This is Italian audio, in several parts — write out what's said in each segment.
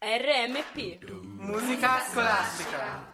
RMP Musica classica.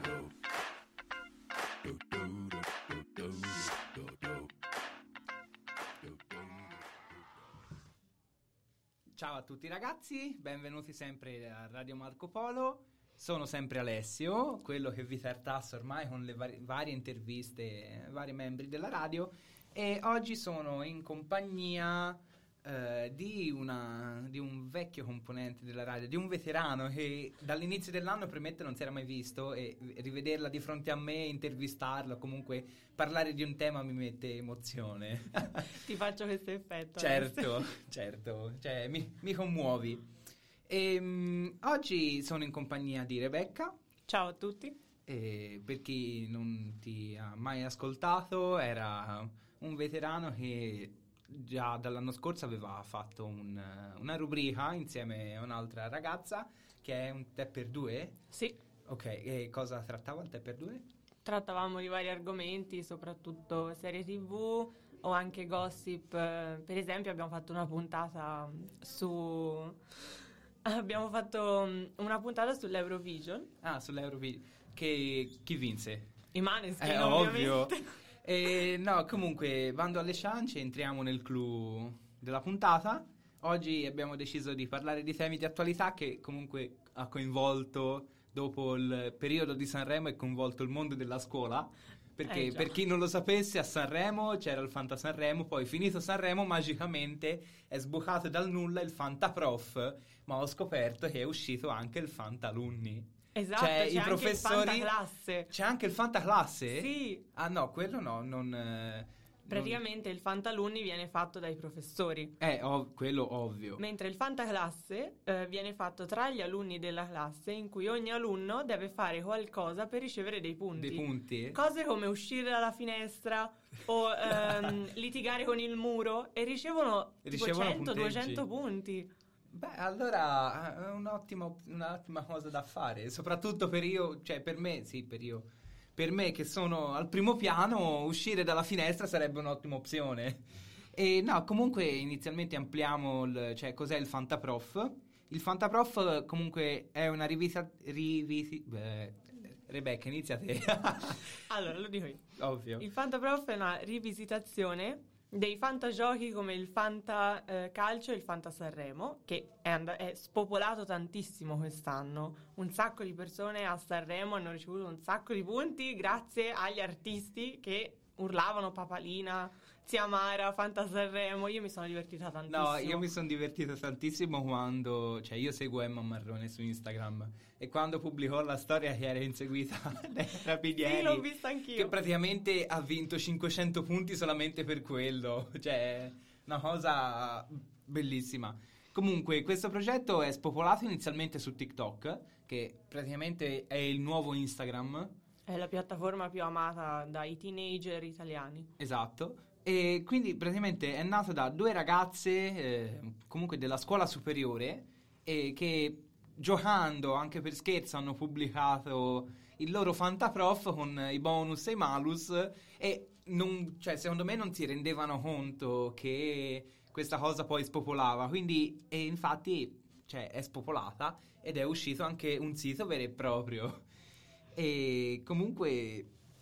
Ciao a tutti ragazzi, benvenuti sempre a Radio Marco Polo. Sono sempre Alessio, quello che vi tartassa ormai con le varie interviste ai vari membri della radio, e oggi sono in compagnia di un vecchio componente della radio, di un veterano che dall'inizio dell'anno promette non si era mai visto, e rivederla di fronte a me, intervistarlo, comunque parlare di un tema mi mette emozione. Ti faccio questo effetto. Certo, cioè mi commuovi. Oggi sono in compagnia di Rebecca. Ciao a tutti. Per chi non ti ha mai ascoltato, era un veterano che già dall'anno scorso aveva fatto una rubrica insieme a un'altra ragazza che è un Tè per Due. Sì. Ok, e cosa trattava il Tè per Due? Trattavamo di vari argomenti, soprattutto serie TV o anche gossip. Per esempio abbiamo fatto una puntata sull'Eurovision. Ah, sull'Eurovision. Che chi vinse? I Maneskin, ovvio. ovviamente. No, comunque, bando alle ciance, entriamo nel clou della puntata. Oggi abbiamo deciso di parlare di temi di attualità che comunque ha coinvolto, dopo il periodo di Sanremo, e coinvolto il mondo della scuola. Perché per chi non lo sapesse, a Sanremo c'era il Fanta Sanremo, poi finito Sanremo magicamente è sbucato dal nulla il Fanta Prof, ma ho scoperto che è uscito anche il Fanta Alunni. Esatto, Cioè, c'è i anche professori... il Fanta Classe. C'è anche il Fanta Classe? Sì. Ah no, quello no, non... Praticamente il Fanta Alunni viene fatto dai professori. Quello ovvio. Mentre il Fanta Classe viene fatto tra gli alunni della classe, in cui ogni alunno deve fare qualcosa per ricevere dei punti. Dei punti? Cose come uscire dalla finestra o litigare con il muro, e ricevono tipo 100-200 punti. Beh, allora è un'ottima cosa da fare, soprattutto per me che sono al primo piano, uscire dalla finestra sarebbe un'ottima opzione. E no, comunque inizialmente ampliamo cos'è il Fantaprof. Il Fantaprof comunque è una Rebecca, inizia te. Allora, lo dico io. Ovvio. Il Fantaprof è una rivisitazione dei fantagiochi come il Fanta Calcio e il Fanta Sanremo, che è spopolato tantissimo quest'anno. Un sacco di persone a Sanremo hanno ricevuto un sacco di punti grazie agli artisti che urlavano Papalina, Zia Mara, Fanta Sanremo. Io mi sono divertita tantissimo. No, io mi sono divertito tantissimo quando... Cioè, io seguo Emma Marrone su Instagram, e quando pubblicò la storia che era inseguita dai Rapinieri... Sì, l'ho vista anch'io. Che praticamente ha vinto 500 punti solamente per quello. Cioè, una cosa bellissima. Comunque, questo progetto è spopolato inizialmente su TikTok, che praticamente è il nuovo Instagram. È la piattaforma più amata dai teenager italiani. Esatto. E quindi praticamente è nato da due ragazze comunque della scuola superiore, che giocando anche per scherzo hanno pubblicato il loro Fantaprof con i bonus e i malus, e secondo me non si rendevano conto che questa cosa poi spopolava, e infatti è spopolata, ed è uscito anche un sito vero e proprio. E comunque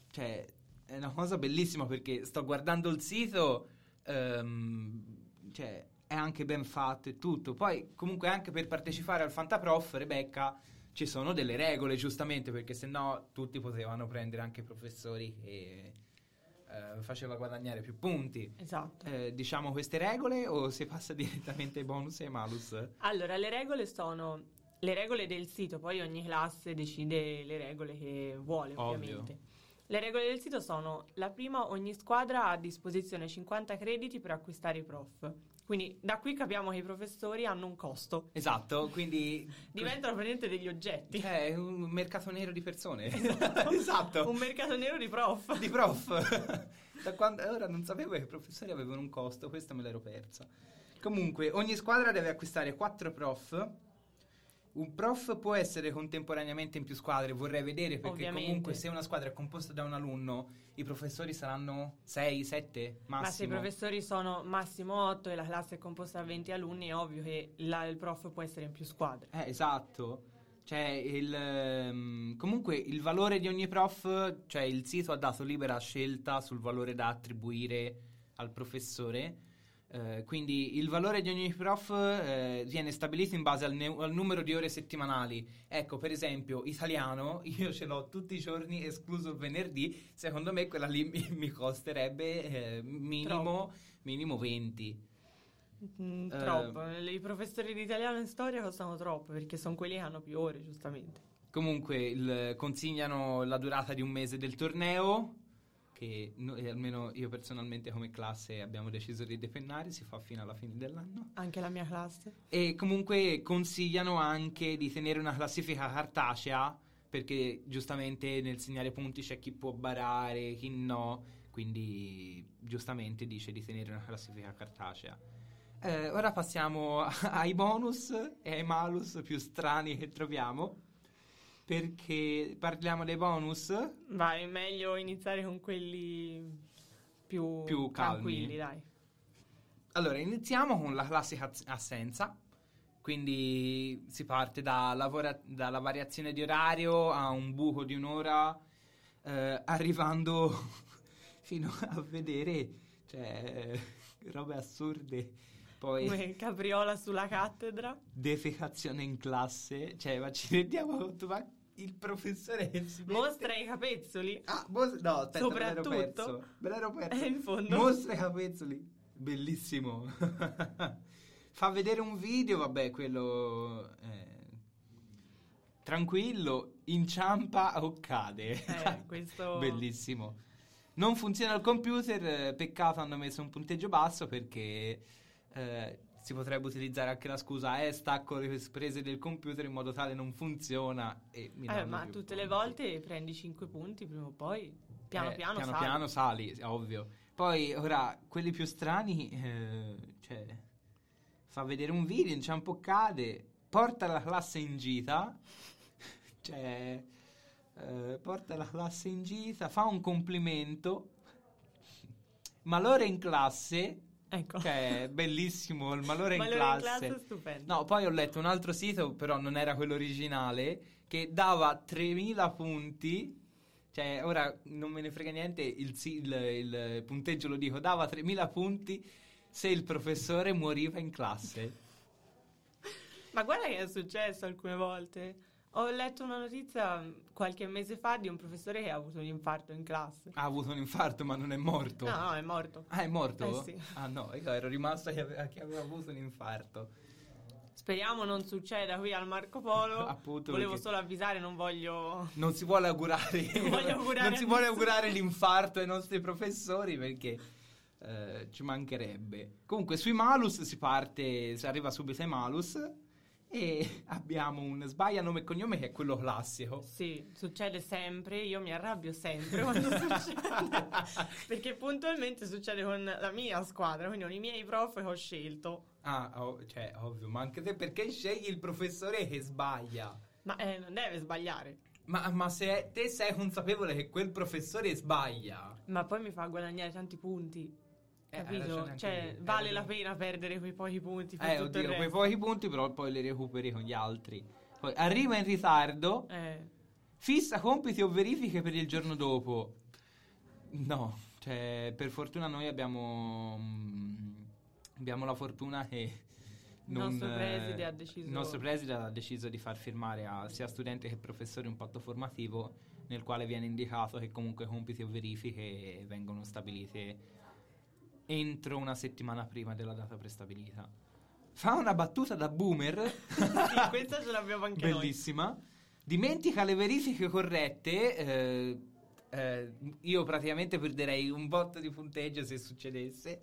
è una cosa bellissima, perché sto guardando il sito, è anche ben fatto e tutto. Poi comunque anche per partecipare al Fantaprof, Rebecca, ci sono delle regole, giustamente, perché sennò tutti potevano prendere anche professori che faceva guadagnare più punti. Esatto. Diciamo queste regole, o si passa direttamente ai bonus e ai malus? Allora, le regole sono le regole del sito, poi ogni classe decide le regole che vuole, ovviamente. Ovvio. Le regole del sito sono: la prima, ogni squadra ha a disposizione 50 crediti per acquistare i prof. Quindi da qui capiamo che i professori hanno un costo. Esatto, quindi diventano praticamente degli oggetti. È un mercato nero di persone. Esatto. Esatto. Un mercato nero di prof. Di prof. Ora non sapevo che i professori avevano un costo, questa me l'ero persa. Comunque, ogni squadra deve acquistare 4 prof. Un prof può essere contemporaneamente in più squadre, vorrei vedere, perché ovviamente. Comunque se una squadra è composta da un alunno, i professori saranno 6, 7 massimo. Ma se i professori sono massimo 8 e la classe è composta da 20 alunni, è ovvio che il prof può essere in più squadre. Esatto. Cioè, comunque il valore di ogni prof, cioè il sito ha dato libera scelta sul valore da attribuire al professore. Quindi il valore di ogni prof viene stabilito in base al numero di ore settimanali. Ecco, per esempio, italiano, io ce l'ho tutti i giorni, escluso il venerdì. Secondo me quella lì mi costerebbe minimo 20. Troppo. I professori di italiano e storia costano troppo, perché sono quelli che hanno più ore, giustamente. Comunque consigliano la durata di un mese del torneo, che almeno io personalmente come classe abbiamo deciso di depennare, si fa fino alla fine dell'anno. Anche la mia classe. E comunque consigliano anche di tenere una classifica cartacea, perché giustamente nel segnare punti c'è chi può barare, chi no, quindi giustamente dice di tenere una classifica cartacea. Ora passiamo ai bonus e ai malus più strani che troviamo. Perché parliamo dei bonus? Vai, è meglio iniziare con quelli più calmi. Tranquilli, dai. Allora, iniziamo con la classica assenza. Quindi si parte dalla variazione di orario a un buco di un'ora, arrivando fino a vedere, cioè, robe assurde. Poi come capriola sulla cattedra, defecazione in classe, cioè, ma ci rendiamo conto, ma il professore che si mostra i capezzoli. No, aspetta, soprattutto me l'ero perso. È in fondo. Mostra i capezzoli, bellissimo. Fa vedere un video, vabbè, quello tranquillo, inciampa o cade. Questo bellissimo. Non funziona il computer, peccato hanno messo un punteggio basso, perché si potrebbe utilizzare anche la scusa stacco le prese del computer in modo tale non funziona e mi danno ma più tutte punti. le volte prendi 5 punti prima o poi piano piano sali, ovvio. Poi ora quelli più strani, cioè fa vedere un video, inciampo cade, porta la classe in gita, cioè porta la classe in gita, fa un complimento, malore in classe. Ecco. Cioè, bellissimo il malore in in classe è stupendo. No, poi ho letto un altro sito, però non era quello originale, che dava 3000 punti. Cioè, ora non me ne frega niente, il punteggio lo dico, dava 3000 punti se il professore moriva in classe. Ma guarda che è successo alcune volte. Ho letto una notizia qualche mese fa di un professore che ha avuto un infarto in classe. Ha avuto un infarto, ma non è morto? No, è morto. Ah, è morto? Sì. Ah no, io ero rimasto che aveva avuto un infarto. Speriamo non succeda qui al Marco Polo. Appunto, volevo perché solo avvisare, non voglio... Non si vuole augurare, non si vuole augurare l'infarto ai nostri professori, perché ci mancherebbe. Comunque sui malus si arriva subito ai malus. E abbiamo un sbaglia nome e cognome, che è quello classico. Sì, succede sempre. Io mi arrabbio sempre quando succede, perché puntualmente succede con la mia squadra, quindi con i miei prof che ho scelto. Cioè, ovvio, ma anche te, perché scegli il professore che sbaglia? Ma non deve sbagliare. Ma se te sei consapevole che quel professore sbaglia, ma poi mi fa guadagnare tanti punti. Capito? Cioè, io. vale la pena perdere quei pochi punti per tutto il resto. quei pochi punti, però poi li recuperi con gli altri. Poi arriva in ritardo, fissa compiti o verifiche per il giorno dopo. No, cioè, per fortuna noi abbiamo la fortuna che il nostro preside ha deciso di far firmare a sia studenti che professori un patto formativo nel quale viene indicato che comunque compiti o verifiche vengono stabilite entro una settimana prima della data prestabilita. Fa una battuta da boomer. Sì, questa ce l'abbiamo anche bellissima. Noi. Dimentica le verifiche corrette. Io praticamente perderei un botto di punteggio se succedesse.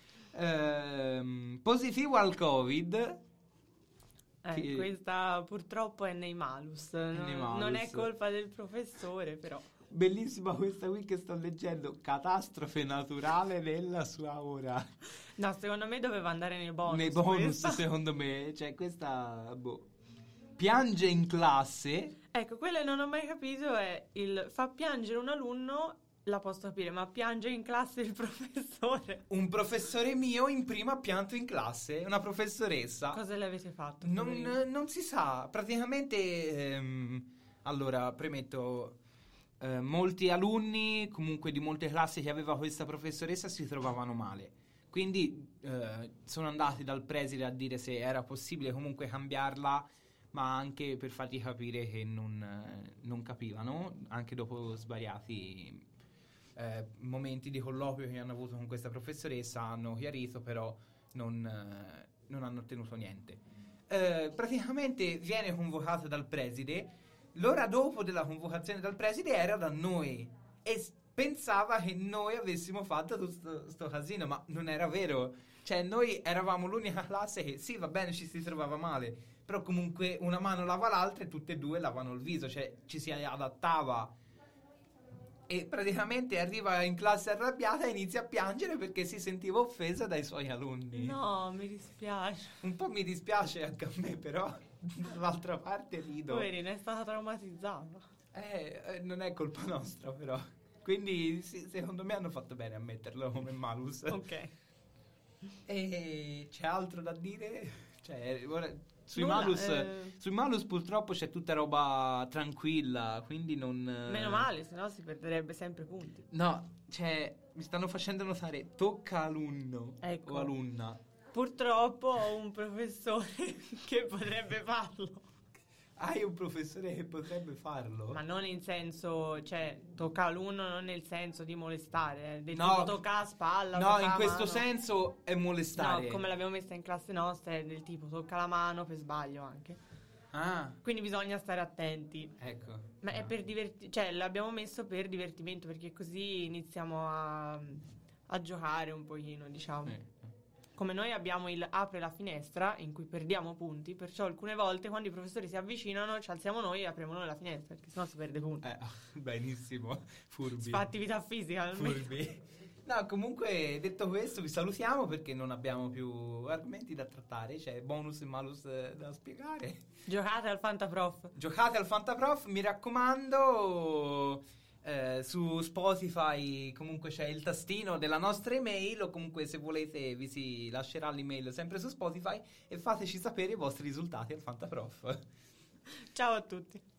Positivo al Covid. Questa purtroppo è nei malus. Non è colpa del professore, però. Bellissima questa qui che sto leggendo. Catastrofe naturale nella sua ora. No, secondo me doveva andare nei bonus. Nei bonus, secondo me. Cioè, questa piange in classe. Ecco, quello che non ho mai capito è fa piangere un alunno La posso capire, ma piange in classe il professore? Un professore mio in prima ha pianto in classe, una professoressa. Cosa le avete fatto? Non si sa, praticamente, allora, premetto, molti alunni, comunque di molte classi che aveva questa professoressa, si trovavano male. Quindi sono andati dal preside a dire se era possibile comunque cambiarla, ma anche per fargli capire che non capivano, anche dopo svariati momenti di colloquio che hanno avuto con questa professoressa, hanno chiarito, però non hanno ottenuto niente. Praticamente viene convocato dal preside, l'ora dopo della convocazione dal preside era da noi e pensava che noi avessimo fatto tutto sto casino, ma non era vero. Cioè, noi eravamo l'unica classe che sì, va bene, ci si trovava male, però comunque una mano lava l'altra e tutte e due lavano il viso, cioè ci si adattava. E praticamente arriva in classe arrabbiata e inizia a piangere perché si sentiva offesa dai suoi alunni. No, mi dispiace. Un po' mi dispiace anche a me, però dall'altra parte rido. Poverina, è stata traumatizzata. Non è colpa nostra, però. Quindi sì, secondo me hanno fatto bene a metterlo come malus. Ok. E c'è altro da dire? Cioè, ora, sui Nulla, malus purtroppo c'è tutta roba tranquilla, quindi non... Meno male, sennò si perderebbe sempre punti. No, cioè, mi stanno facendo notare, tocca alunno Ecco. o alunna. Purtroppo ho un professore che potrebbe farlo. Hai un professore che potrebbe farlo? Ma non in senso, cioè, tocca all'uno non nel senso di molestare, del No. tipo tocca a spalla, No, tocca in la questo mano. senso è molestare. No, come l'abbiamo messa in classe nostra è del tipo tocca la mano per sbaglio anche. Ah, Quindi bisogna stare attenti. ecco. Ma è per cioè l'abbiamo messo per divertimento, perché così iniziamo a giocare un pochino, diciamo. Come noi abbiamo il apre la finestra in cui perdiamo punti, perciò alcune volte quando i professori si avvicinano ci alziamo noi e apriamo noi la finestra, perché sennò si perde punti. Benissimo, furbi. Si fa attività fisica almeno. Furbi. No, comunque, detto questo, vi salutiamo perché non abbiamo più argomenti da trattare, c'è bonus e malus da spiegare. Giocate al Fantaprof. Giocate al Fantaprof, mi raccomando. Su Spotify comunque c'è il tastino della nostra email, o comunque se volete vi si lascerà l'email sempre su Spotify, e fateci sapere i vostri risultati al Fantaprof. Ciao a tutti.